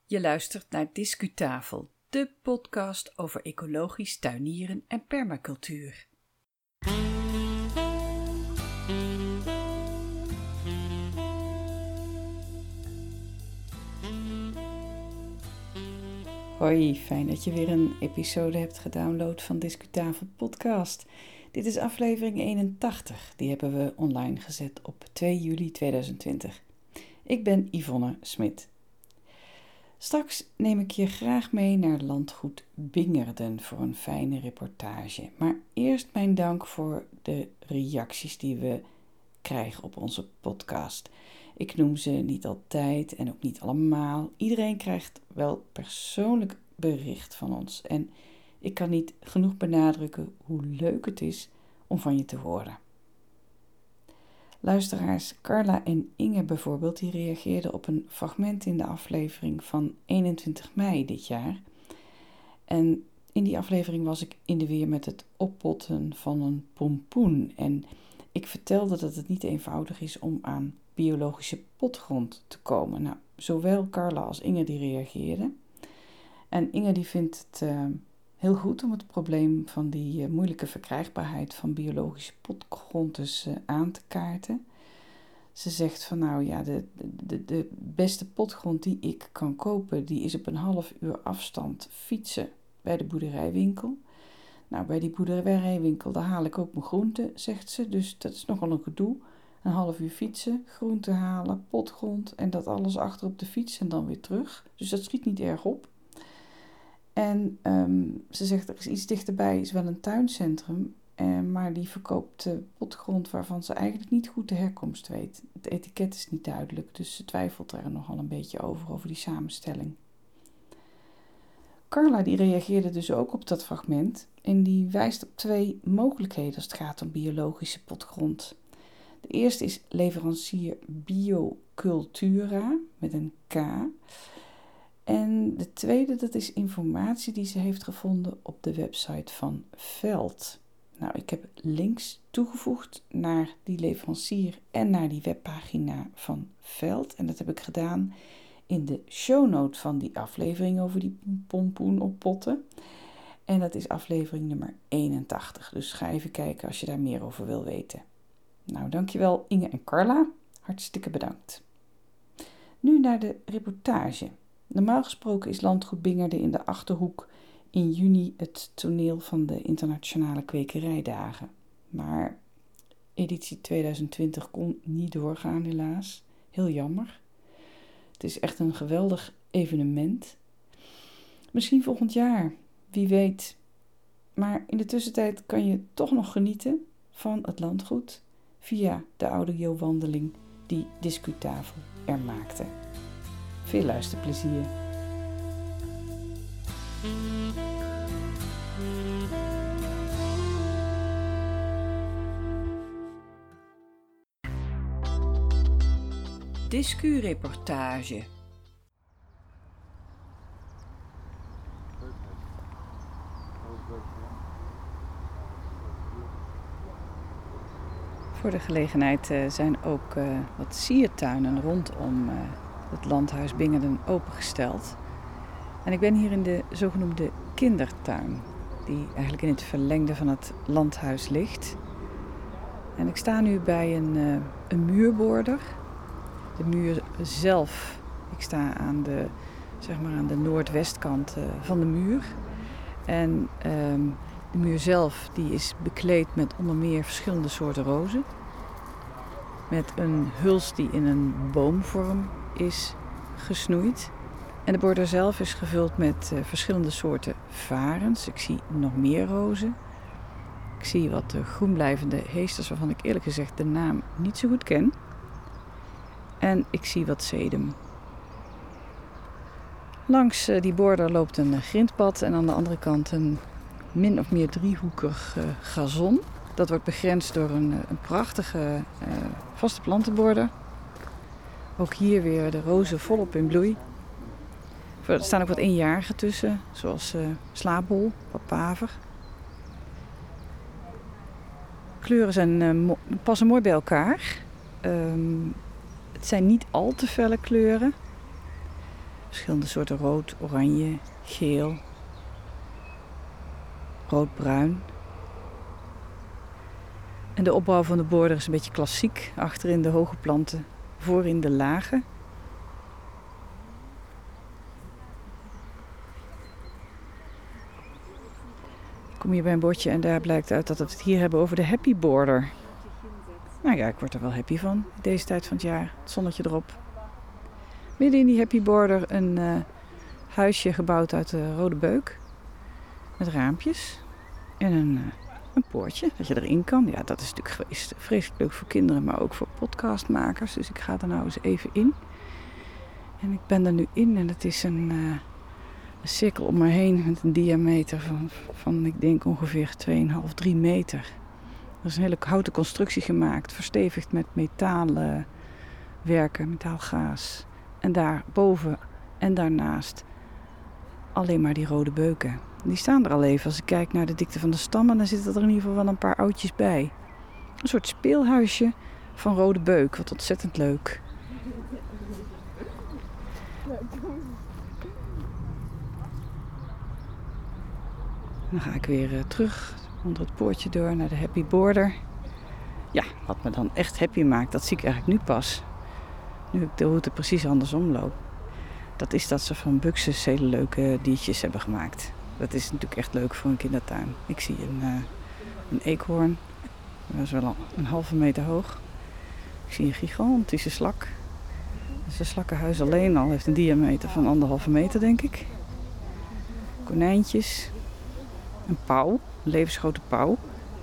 Je luistert naar Discutafel, de podcast over ecologisch tuinieren en permacultuur. Hoi, fijn dat je weer een episode hebt gedownload van Discutafel podcast. Dit is aflevering 81, die hebben we online gezet op 2 juli 2020. Ik ben Yvonne Smit. Straks neem ik je graag mee naar landgoed Bingerden voor een fijne reportage. Maar eerst mijn dank voor de reacties die we krijgen op onze podcast. Ik noem ze niet altijd en ook niet allemaal. Iedereen krijgt wel persoonlijk bericht van ons. En ik kan niet genoeg benadrukken hoe leuk het is om van je te horen. Luisteraars Carla en Inge bijvoorbeeld, die reageerden op een fragment in de aflevering van 21 mei dit jaar. En in die aflevering was ik in de weer met het oppotten van een pompoen. En ik vertelde dat het niet eenvoudig is om aan biologische potgrond te komen. Nou, zowel Carla als Inge die reageerden. En Inge die vindt het heel goed om het probleem van die moeilijke verkrijgbaarheid van biologische potgrond dus aan te kaarten. Ze zegt van nou ja, de beste potgrond die ik kan kopen, die is op een half uur afstand fietsen bij de boerderijwinkel. Nou, bij die boerderijwinkel daar haal ik ook mijn groenten, zegt ze. Dus dat is nogal een gedoe. Een half uur fietsen, groenten halen, potgrond en dat alles achter op de fiets en dan weer terug. Dus dat schiet niet erg op. En ze zegt, er is iets dichterbij, is wel een tuincentrum, maar die verkoopt potgrond waarvan ze eigenlijk niet goed de herkomst weet. Het etiket is niet duidelijk, dus ze twijfelt er nogal een beetje over die samenstelling. Carla die reageerde dus ook op dat fragment en die wijst op 2 mogelijkheden als het gaat om biologische potgrond. De eerste is leverancier Biocultura met een K. En de tweede, dat is informatie die ze heeft gevonden op de website van Veld. Nou, ik heb links toegevoegd naar die leverancier en naar die webpagina van Veld. En dat heb ik gedaan in de shownote van die aflevering over die pompoen op potten. En dat is aflevering nummer 81. Dus ga even kijken als je daar meer over wil weten. Nou, dankjewel Inge en Carla. Hartstikke bedankt. Nu naar de reportage. Normaal gesproken is landgoed Bingerden in de Achterhoek in juni het toneel van de internationale kwekerijdagen. Maar editie 2020 kon niet doorgaan helaas. Heel jammer. Het is echt een geweldig evenement. Misschien volgend jaar, wie weet. Maar in de tussentijd kan je toch nog genieten van het landgoed via de audiowandeling die Discutafel er maakte. Veel luisterplezier. Discureportage. Voor de gelegenheid zijn ook wat siertuinen rondom het landhuis Bingerden opengesteld. En ik ben hier in de zogenoemde kindertuin, die eigenlijk in het verlengde van het landhuis ligt. En ik sta nu bij een muurborder. De muur zelf, ik sta aan de noordwestkant van de muur. En de muur zelf die is bekleed met onder meer verschillende soorten rozen. Met een huls die in een boomvorm is gesnoeid. En de border zelf is gevuld met verschillende soorten varens. Ik zie nog meer rozen. Ik zie wat groenblijvende heesters waarvan ik eerlijk gezegd de naam niet zo goed ken. En ik zie wat sedum. Langs die border loopt een grindpad en aan de andere kant een min of meer driehoekig gazon. Dat wordt begrensd door een prachtige vaste plantenborder. Ook hier weer de rozen volop in bloei. Er staan ook wat eenjarigen tussen, zoals slaapbol, papaver. Kleuren passen mooi bij elkaar. Het zijn niet al te felle kleuren. Verschillende soorten rood, oranje, geel, roodbruin. En de opbouw van de border is een beetje klassiek. Achterin de hoge planten, voorin de lage. Ik kom hier bij een bordje en daar blijkt uit dat we het hier hebben over de happy border. Nou ja, ik word er wel happy van. Deze tijd van het jaar, het zonnetje erop. Midden in die happy border een huisje gebouwd uit rode beuk. Met raampjes. En een poortje, dat je erin kan. Ja, dat is natuurlijk vreselijk leuk voor kinderen, maar ook voor podcastmakers. Dus ik ga er nou eens even in. En ik ben er nu in en het is een cirkel om me heen met een diameter van ik denk ongeveer 2,5, 3 meter. Er is een hele houten constructie gemaakt, verstevigd met metalen werken, metaalgaas. En daarboven en daarnaast alleen maar die rode beuken. Die staan er al even. Als ik kijk naar de dikte van de stammen, dan zitten er in ieder geval wel een paar oudjes bij. Een soort speelhuisje van rode beuk. Wat ontzettend leuk. Dan ga ik weer terug onder het poortje door naar de happy border. Ja, wat me dan echt happy maakt, dat zie ik eigenlijk nu pas. Nu ik de route precies andersom loop. Dat is dat ze van buxus hele leuke diertjes hebben gemaakt. Dat is natuurlijk echt leuk voor een kindertuin. Ik zie een eekhoorn. Dat is wel een halve meter hoog. Ik zie een gigantische slak. Dus een slakkenhuis alleen al heeft een diameter van 1,5 meter, denk ik. Konijntjes. Een pauw. Een levensgrote pauw.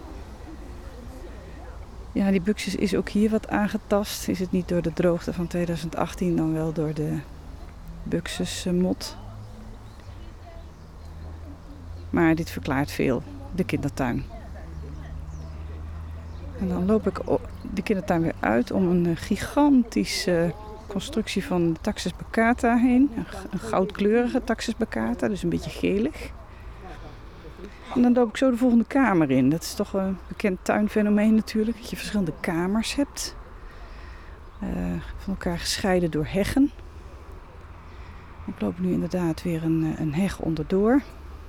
Ja, die buxus is ook hier wat aangetast. Is het niet door de droogte van 2018, dan wel door de buxusmot. Maar dit verklaart veel. De kindertuin. En dan loop ik de kindertuin weer uit om een gigantische constructie van de Taxus baccata heen. Een goudkleurige Taxus baccata, dus een beetje gelig. En dan loop ik zo de volgende kamer in. Dat is toch een bekend tuinfenomeen natuurlijk. Dat je verschillende kamers hebt. Van elkaar gescheiden door heggen. Ik loop nu inderdaad weer een heg onderdoor.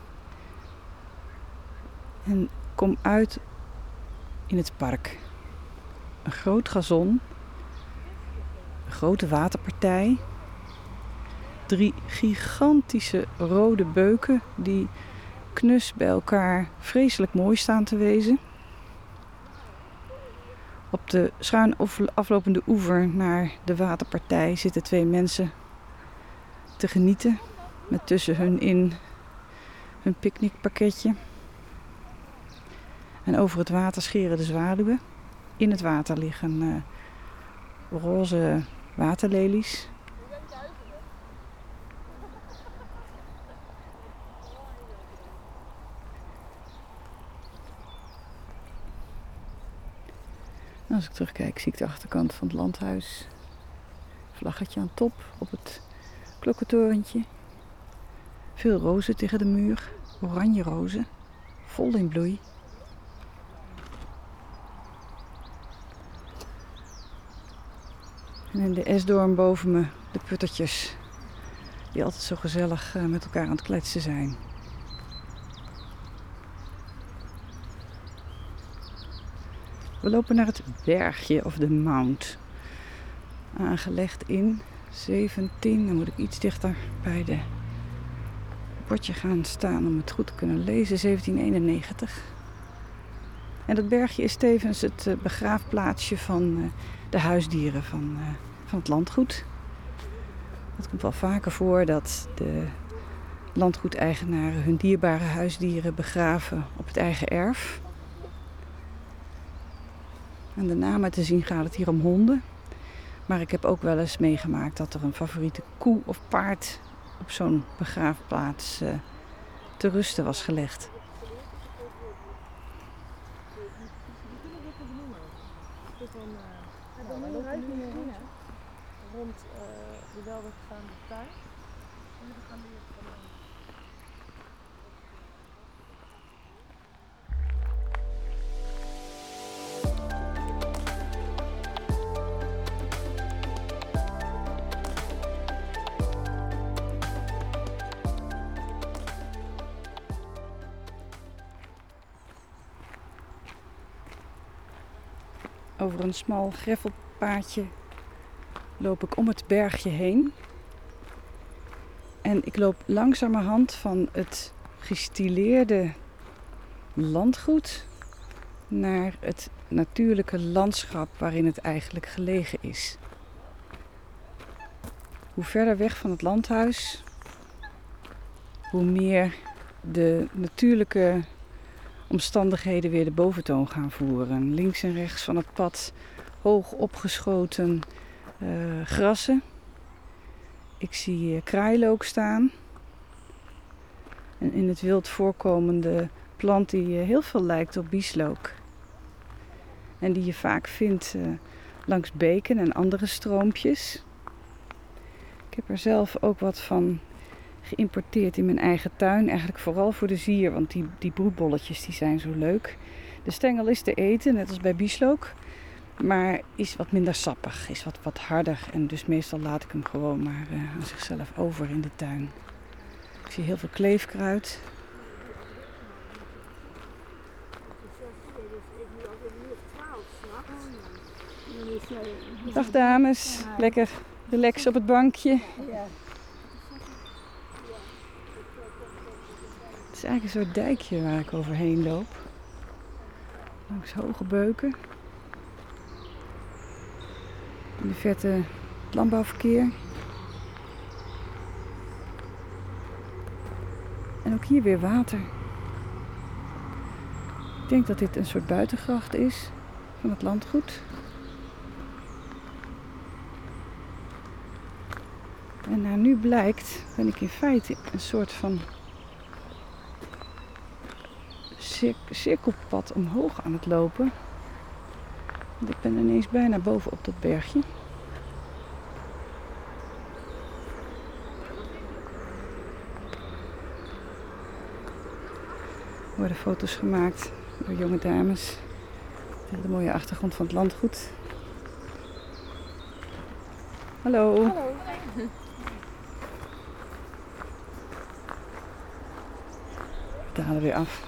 En kom uit in het park. Een groot gazon. Een grote waterpartij. 3 gigantische rode beuken die knus bij elkaar vreselijk mooi staan te wezen. Op de schuin aflopende oever naar de waterpartij zitten 2 mensen te genieten. Met tussen hun in hun picknickpakketje. En over het water scheren de zwaluwen. In het water liggen roze waterlelies. En als ik terugkijk zie ik de achterkant van het landhuis. Vlaggetje aan top op het klokkentorentje. Veel rozen tegen de muur. Oranje rozen. Vol in bloei. En in de esdoorn boven me de puttertjes. Die altijd zo gezellig met elkaar aan het kletsen zijn. We lopen naar het bergje of de mount. Aangelegd in 17. Dan moet ik iets dichter bij de bordje gaan staan om het goed te kunnen lezen. 1791. En dat bergje is tevens het begraafplaatsje van de huisdieren van het landgoed. Het komt wel vaker voor dat de landgoedeigenaren hun dierbare huisdieren begraven op het eigen erf. Aan de namen te zien gaat het hier om honden. Maar ik heb ook wel eens meegemaakt dat er een favoriete koe of paard op zo'n begraafplaats te rusten was gelegd. Rond de welbegaande tuin. En we gaan weer over een smal greffelpaadje loop ik om het bergje heen. En ik loop langzamerhand van het gestileerde landgoed naar het natuurlijke landschap waarin het eigenlijk gelegen is. Hoe verder weg van het landhuis, hoe meer de natuurlijke omstandigheden weer de boventoon gaan voeren. Links en rechts van het pad hoog opgeschoten grassen. Ik zie kraailook staan. En in het wild voorkomende plant die heel veel lijkt op bieslook. En die je vaak vindt langs beken en andere stroompjes. Ik heb er zelf ook wat van geïmporteerd in mijn eigen tuin. Eigenlijk vooral voor de zier, want die broedbolletjes die zijn zo leuk. De stengel is te eten, net als bij bieslook. Maar is wat minder sappig, is wat harder. En dus meestal laat ik hem gewoon maar aan zichzelf over in de tuin. Ik zie heel veel kleefkruid. Dag dames, lekker relax op het bankje. Het is eigenlijk een soort dijkje waar ik overheen loop. Langs hoge beuken. In de verte het landbouwverkeer. En ook hier weer water. Ik denk dat dit een soort buitengracht is van het landgoed. En naar nu blijkt, ben ik in feite een soort van cirkelpad omhoog aan het lopen. Want ik ben ineens bijna boven op dat bergje. Er worden foto's gemaakt door jonge dames. Tegen de mooie achtergrond van het landgoed. Hallo. Hallo. We dalen weer af.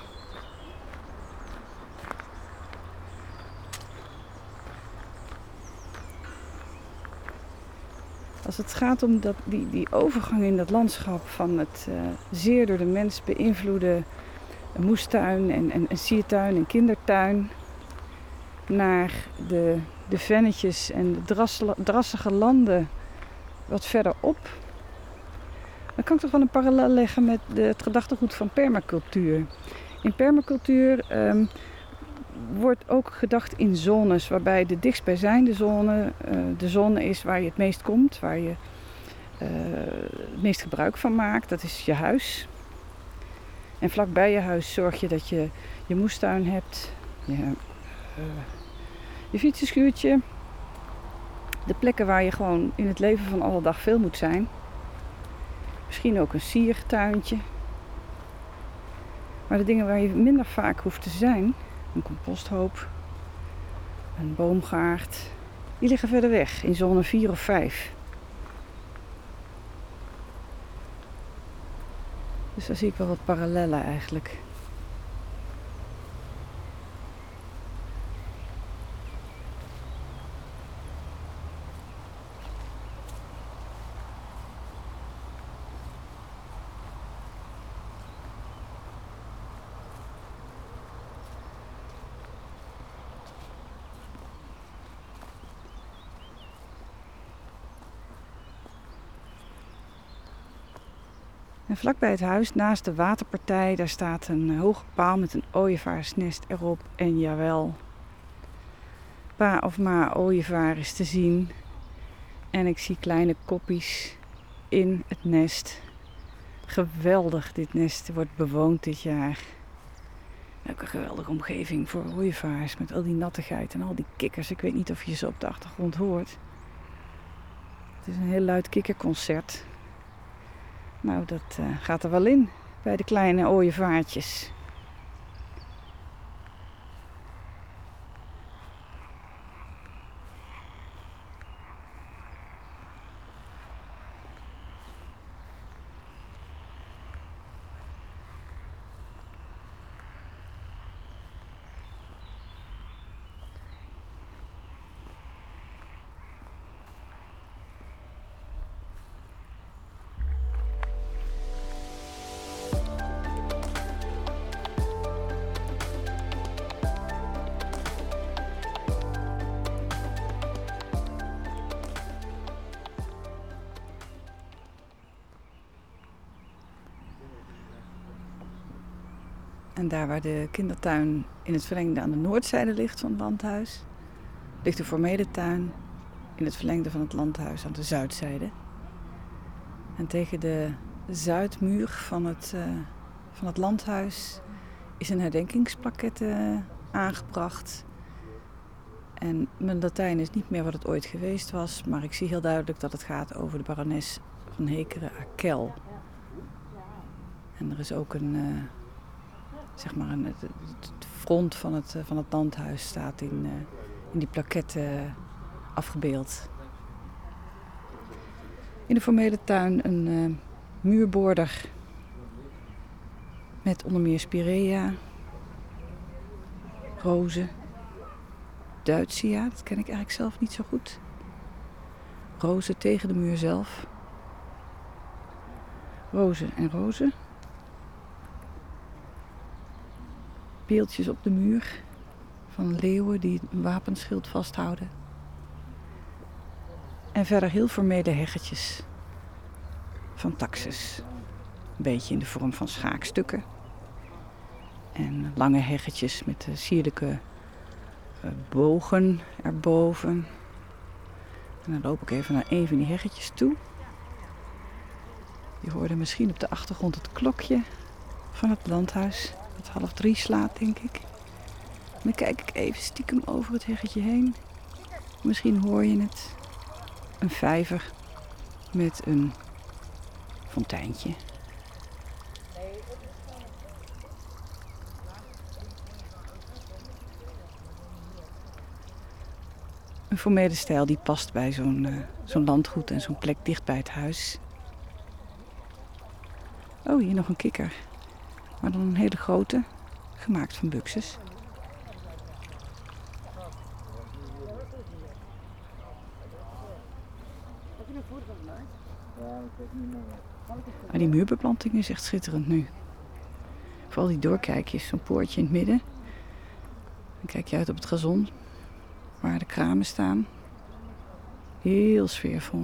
Als het gaat om die overgang in dat landschap van het zeer door de mens beïnvloede moestuin en siertuin en kindertuin naar de vennetjes en de drassige landen wat verderop, dan kan ik toch wel een parallel leggen met het gedachtegoed van permacultuur. In permacultuur wordt ook gedacht in zones, waarbij de dichtstbijzijnde zone de zone is waar je het meest komt, waar je het meest gebruik van maakt. Dat is je huis. En vlakbij je huis zorg je dat je je moestuin hebt, je fietsenschuurtje, de plekken waar je gewoon in het leven van alle dag veel moet zijn. Misschien ook een siertuintje. Maar de dingen waar je minder vaak hoeft te zijn, een composthoop, een boomgaard, die liggen verder weg in zone 4 of 5. Dus daar zie ik wel wat parallellen eigenlijk. En vlakbij het huis, naast de waterpartij, daar staat een hoge paal met een ooievaarsnest erop. En jawel, pa of ma ooievaar is te zien. En ik zie kleine koppies in het nest. Geweldig, dit nest wordt bewoond dit jaar. Ook een geweldige omgeving voor ooievaars met al die nattigheid en al die kikkers. Ik weet niet of je ze op de achtergrond hoort. Het is een heel luid kikkerconcert. Nou, dat gaat er wel in bij de kleine ooievaartjes. En daar waar de kindertuin in het verlengde aan de noordzijde ligt van het landhuis, ligt de formele tuin in het verlengde van het landhuis aan de zuidzijde. En tegen de zuidmuur van het landhuis is een herdenkingsplaquette aangebracht. En mijn Latijn is niet meer wat het ooit geweest was, maar ik zie heel duidelijk dat het gaat over de barones van Hekeren-Akel. En er is ook het front van het landhuis staat in die plaquette afgebeeld. In de formele tuin een muurborder met onder meer spirea, rozen, Duitsia, dat ken ik eigenlijk zelf niet zo goed. Rozen tegen de muur zelf. Rozen en rozen. Beeldjes op de muur van leeuwen die een wapenschild vasthouden. En verder heel formele heggetjes van taxus. Een beetje in de vorm van schaakstukken. En lange heggetjes met sierlijke bogen erboven. En dan loop ik even naar een van die heggetjes toe. Je hoorde misschien op de achtergrond het klokje van het landhuis. Dat 2:30 slaat, denk ik. En dan kijk ik even stiekem over het heggetje heen. Misschien hoor je het. Een vijver met een fonteintje. Een formele stijl die past bij zo'n landgoed en zo'n plek dicht bij het huis. Oh, hier nog een kikker. Maar dan een hele grote, gemaakt van buxus. Maar die muurbeplanting is echt schitterend nu. Vooral die doorkijkjes, zo'n poortje in het midden. Dan kijk je uit op het gazon, waar de kramen staan. Heel sfeervol.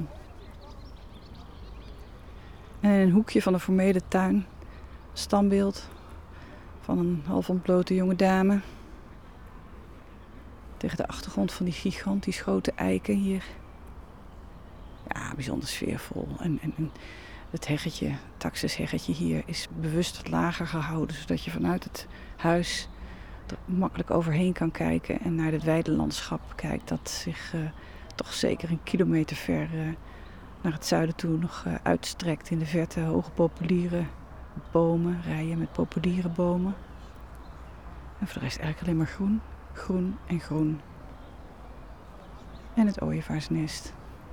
En in een hoekje van de formele tuin, een standbeeld van een half ontblote jonge dame. Tegen de achtergrond van die gigantisch grote eiken hier. Ja, bijzonder sfeervol. En het heggetje, het taxusheggetje hier, is bewust wat lager gehouden. Zodat je vanuit het huis er makkelijk overheen kan kijken. En naar het weidelandschap kijkt dat zich toch zeker een kilometer ver naar het zuiden toe nog uitstrekt. In de verte hoge populiere bomen, rijen met populiere bomen. En voor de rest eigenlijk alleen maar groen, groen en groen. En het ooievaarsnest.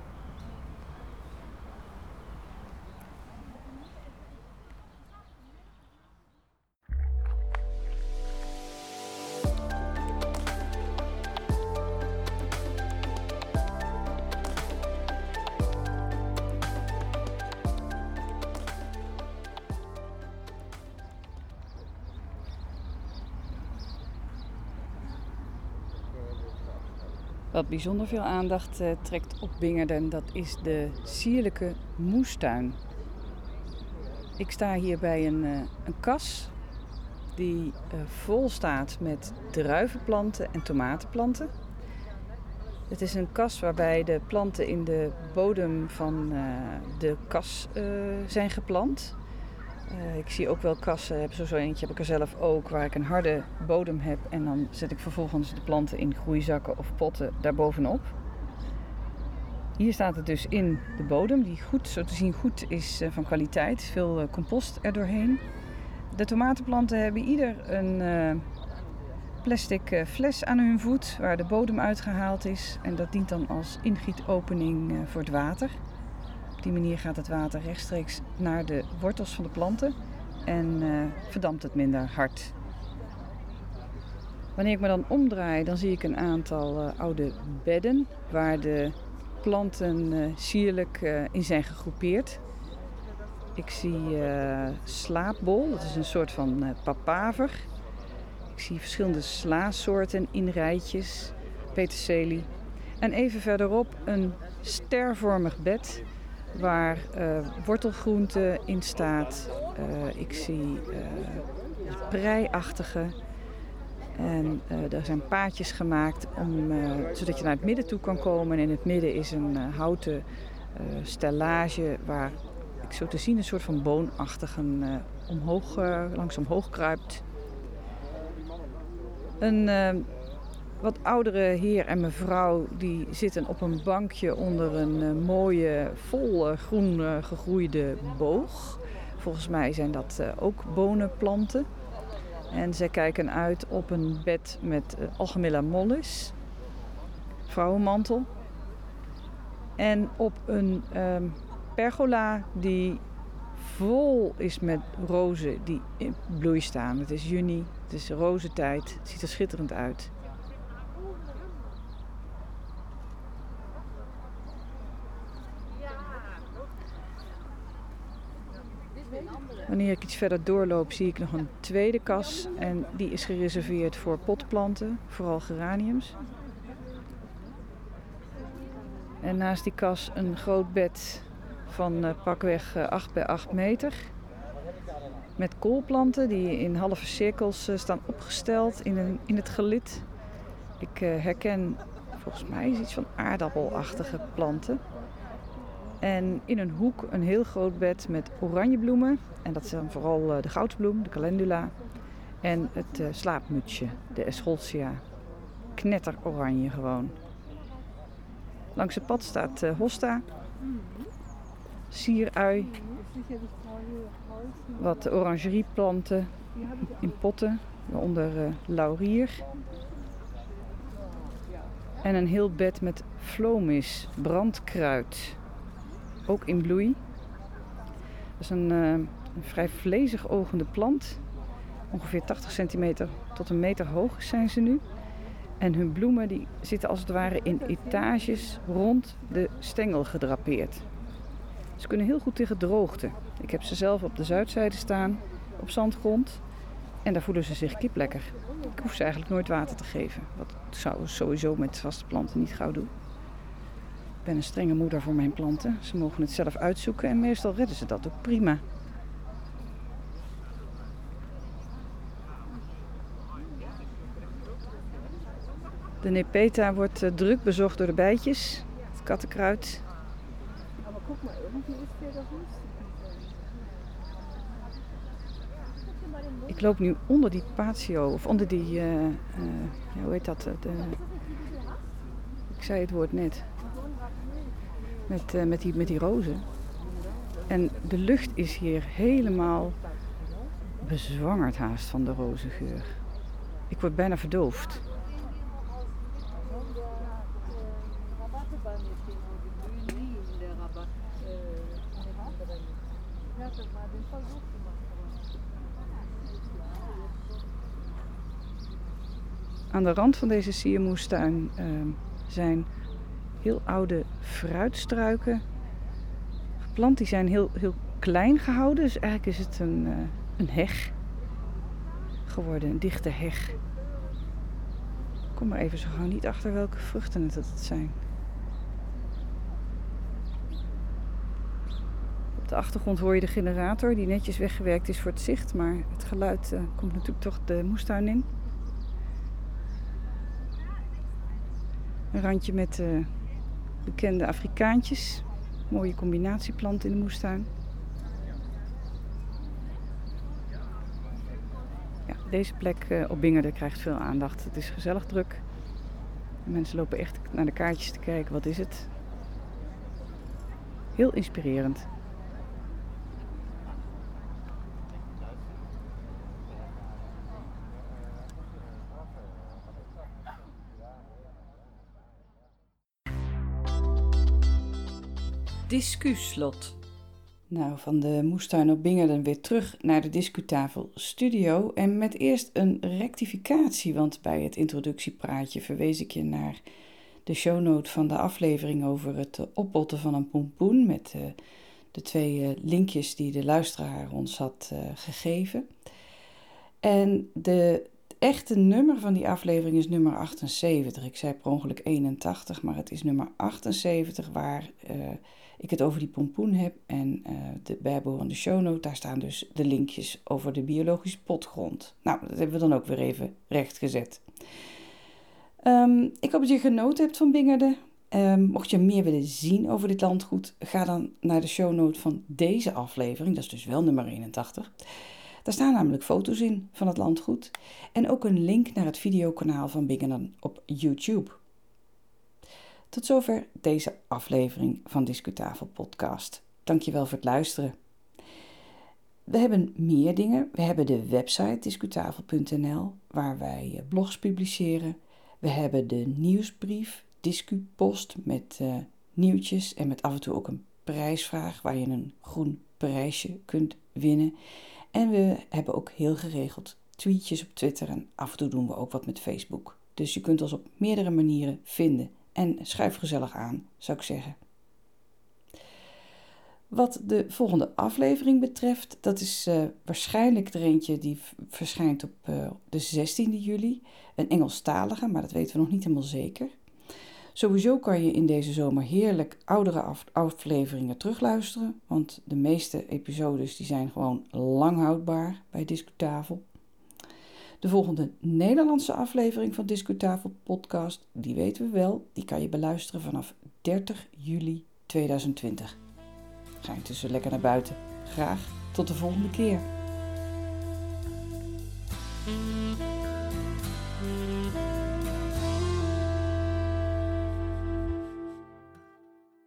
Wat bijzonder veel aandacht trekt op Bingerden, dat is de sierlijke moestuin. Ik sta hier bij een kas die vol staat met druivenplanten en tomatenplanten. Het is een kas waarbij de planten in de bodem van de kas zijn geplant. Ik zie ook wel kassen, zo eentje heb ik er zelf ook, waar ik een harde bodem heb. En dan zet ik vervolgens de planten in groeizakken of potten daarbovenop. Hier staat het dus in de bodem, die goed, zo te zien goed is van kwaliteit. Veel compost erdoorheen. De tomatenplanten hebben ieder een plastic fles aan hun voet, waar de bodem uitgehaald is. En dat dient dan als ingietopening voor het water. Op die manier gaat het water rechtstreeks naar de wortels van de planten en verdampt het minder hard. Wanneer ik me dan omdraai, dan zie ik een aantal oude bedden waar de planten sierlijk in zijn gegroepeerd. Ik zie slaapbol, dat is een soort van papaver. Ik zie verschillende slaasoorten in rijtjes, peterselie. En even verderop een stervormig bed waar wortelgroente in staat. Ik zie preiachtige. En er zijn paadjes gemaakt zodat je naar het midden toe kan komen. En in het midden is een houten stellage waar ik zo te zien een soort van boonachtige langs omhoog kruipt. Een wat oudere heer en mevrouw die zitten op een bankje onder een mooie vol groen gegroeide boog. Volgens mij zijn dat ook bonenplanten. En zij kijken uit op een bed met Algemilla mollis, vrouwenmantel. En op een pergola die vol is met rozen die in bloei staan. Het is juni, het is rozentijd, het ziet er schitterend uit. Wanneer ik iets verder doorloop zie ik nog een tweede kas en die is gereserveerd voor potplanten, vooral geraniums. En naast die kas een groot bed van pakweg 8 bij 8 meter. Met koolplanten die in halve cirkels staan opgesteld in het gelid. Ik herken volgens mij iets van aardappelachtige planten. En in een hoek een heel groot bed met oranjebloemen. En dat zijn vooral de goudsbloem, de calendula. En het slaapmutsje, de Escholzia. Knetteroranje gewoon. Langs het pad staat hosta. Sierui. Wat orangerieplanten in potten. Waaronder laurier. En een heel bed met flomis, brandkruid. Ook in bloei. Dat is een vrij vlezig ogende plant. Ongeveer 80 centimeter tot een meter hoog zijn ze nu. En hun bloemen die zitten als het ware in etages rond de stengel gedrapeerd. Ze kunnen heel goed tegen droogte. Ik heb ze zelf op de zuidzijde staan, op zandgrond. En daar voelen ze zich kiplekker. Ik hoef ze eigenlijk nooit water te geven. Wat ik sowieso met vaste planten niet gauw doe. Ik ben een strenge moeder voor mijn planten. Ze mogen het zelf uitzoeken en meestal redden ze dat ook prima. De nepeta wordt druk bezocht door de bijtjes. Het kattenkruid. Ik loop nu onder die patio, of onder die, hoe heet dat? Ik zei het woord net. Met die rozen. En de lucht is hier helemaal bezwangerd haast van de rozengeur. Ik word bijna verdoofd. Aan de rand van deze siermoestuin zijn heel oude fruitstruiken geplant. Die zijn heel klein gehouden, dus eigenlijk is het een heg geworden, een dichte heg. Ik kom maar even zo gauw niet achter welke vruchten het zijn. Op de achtergrond hoor je de generator die netjes weggewerkt is voor het zicht, maar het geluid komt natuurlijk toch de moestuin in. Een randje met bekende Afrikaantjes. Mooie combinatieplant in de moestuin. Ja, deze plek op Bingerde krijgt veel aandacht. Het is gezellig druk. En mensen lopen echt naar de kaartjes te kijken. Wat is het? Heel inspirerend. Discuslot. Nou, van de moestuin op Bingerden weer terug naar de discutafel studio. En met eerst een rectificatie, want bij het introductiepraatje verwees ik je naar de shownote van de aflevering over het opbotten van een pompoen met de 2 linkjes die de luisteraar ons had gegeven. En de echte nummer van die aflevering is nummer 78. Ik zei per ongeluk 81, maar het is nummer 78 waar ik het over die pompoen heb. En de bijbehorende shownote, daar staan dus de linkjes over de biologische potgrond. Nou, dat hebben we dan ook weer even rechtgezet. Ik hoop dat je genoten hebt van Bingerden. Mocht je meer willen zien over dit landgoed, ga dan naar de shownote van deze aflevering. Dat is dus wel nummer 81. Daar staan namelijk foto's in van het landgoed en ook een link naar het videokanaal van Bingerden op YouTube. Tot zover deze aflevering van Discutafel Podcast. Dankjewel voor het luisteren. We hebben meer dingen. We hebben de website discutafel.nl waar wij blogs publiceren. We hebben de nieuwsbrief DiscuPost met nieuwtjes en met af en toe ook een prijsvraag waar je een groen prijsje kunt winnen. En we hebben ook heel geregeld tweetjes op Twitter en af en toe doen we ook wat met Facebook. Dus je kunt ons op meerdere manieren vinden en schuif gezellig aan, zou ik zeggen. Wat de volgende aflevering betreft, dat is waarschijnlijk er eentje die verschijnt op de 16e juli. Een Engelstalige, maar dat weten we nog niet helemaal zeker. Sowieso kan je in deze zomer heerlijk oudere afleveringen terugluisteren, want de meeste episodes die zijn gewoon lang houdbaar bij Discutafel. De volgende Nederlandse aflevering van Discutafel Podcast, die weten we wel, die kan je beluisteren vanaf 30 juli 2020. Ga intussen lekker naar buiten. Graag tot de volgende keer.